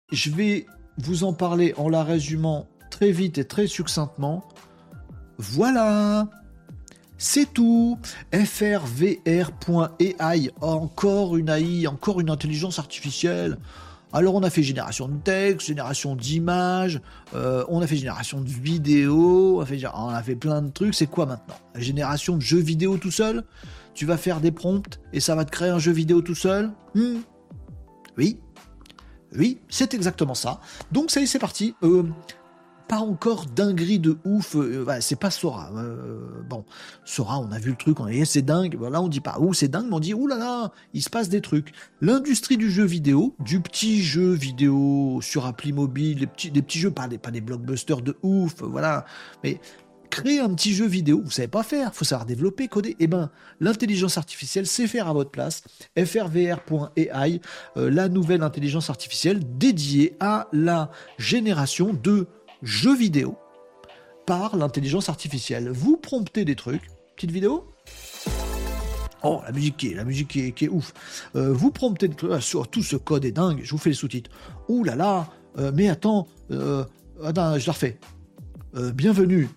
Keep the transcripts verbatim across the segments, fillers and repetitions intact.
je vais vous en parler en la résumant très vite et très succinctement. Voilà, c'est tout. F R V R point A I, encore une A I, encore une intelligence artificielle. Alors on a fait génération de texte, génération d'images, euh, on a fait génération de vidéos, on a, fait, on a fait plein de trucs. C'est quoi maintenant? La génération de jeux vidéo tout seul? Tu vas faire des prompts et ça va te créer un jeu vidéo tout seul? hmm Oui, oui, c'est exactement ça. Donc ça y est, c'est parti. Euh, pas encore dinguerie de ouf. Euh, ouais, c'est pas Sora. Euh, bon, Sora, on a vu le truc, on a dit c'est dingue. Voilà, on dit pas ouh c'est dingue, mais on dit ouh là là, il se passe des trucs. L'industrie du jeu vidéo, du petit jeu vidéo sur appli mobile, les petits, des petits jeux, pas des, pas des blockbusters de ouf, voilà. Mais créer un petit jeu vidéo, vous savez pas faire, faut savoir développer, coder. Eh ben, l'intelligence artificielle sait faire à votre place. F R V R point A I, euh, la nouvelle intelligence artificielle dédiée à la génération de jeux vidéo par l'intelligence artificielle. Vous promptez des trucs, petite vidéo. Oh, la musique qui est, la musique qui est, qui est ouf. Euh, vous promptez des trucs, ah, sur tout ce code est dingue. Je vous fais les sous-titres. Ouh là là, euh, mais attends, euh, attends, je la refais. Euh, bienvenue.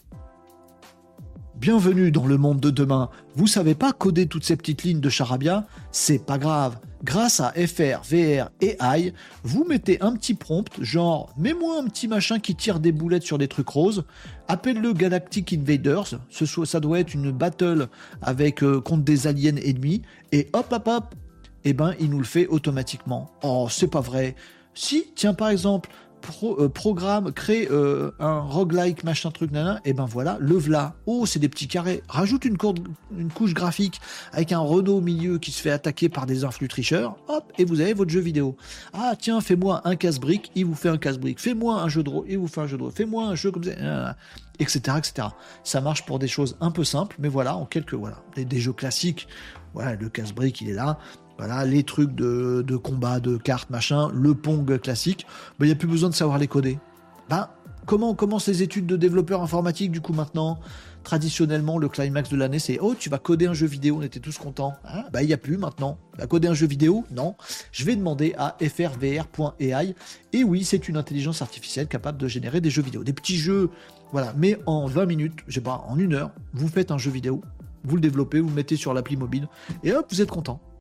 Bienvenue dans le monde de demain. Vous savez pas coder toutes ces petites lignes de charabia? C'est pas grave. Grâce à F R, V R et A I, vous mettez un petit prompt, genre « Mets-moi un petit machin qui tire des boulettes sur des trucs roses. Appelle-le Galactic Invaders. » Ce soit, ça doit être une battle avec euh, contre des aliens ennemis. Et hop, hop, hop, et ben il nous le fait automatiquement. Oh, c'est pas vrai. Si, tiens par exemple... Pro, euh, programme, crée euh, un roguelike, machin truc, nana, et ben voilà, le v'là. Oh, c'est des petits carrés. Rajoute une, cour- une couche graphique avec un Renault au milieu qui se fait attaquer par des influx tricheurs, hop, et vous avez votre jeu vidéo. Ah, tiens, fais-moi un casse-brique, il vous fait un casse-brique. Fais-moi un jeu de rôle, il vous fait un jeu de rôle. Fais-moi un jeu comme ça, et cetera, et cetera. Ça marche pour des choses un peu simples, mais voilà, en quelques, voilà, des, des jeux classiques. Voilà, le casse-brique, il est là. Voilà, les trucs de, de combat, de cartes, machin, le Pong classique, il ben, n'y a plus besoin de savoir les coder. Ben, comment on commence les études de développeur informatique du coup maintenant? Traditionnellement, le climax de l'année, c'est « Oh, tu vas coder un jeu vidéo, on était tous contents. Hein » Ben, il n'y a plus maintenant. Tu vas coder un jeu vidéo? Non. Je vais demander à F R V R point A I. Et oui, c'est une intelligence artificielle capable de générer des jeux vidéo. Des petits jeux, voilà. Mais en vingt minutes, je sais pas, en une heure, vous faites un jeu vidéo, vous le développez, vous le mettez sur l'appli mobile, et hop, vous êtes content.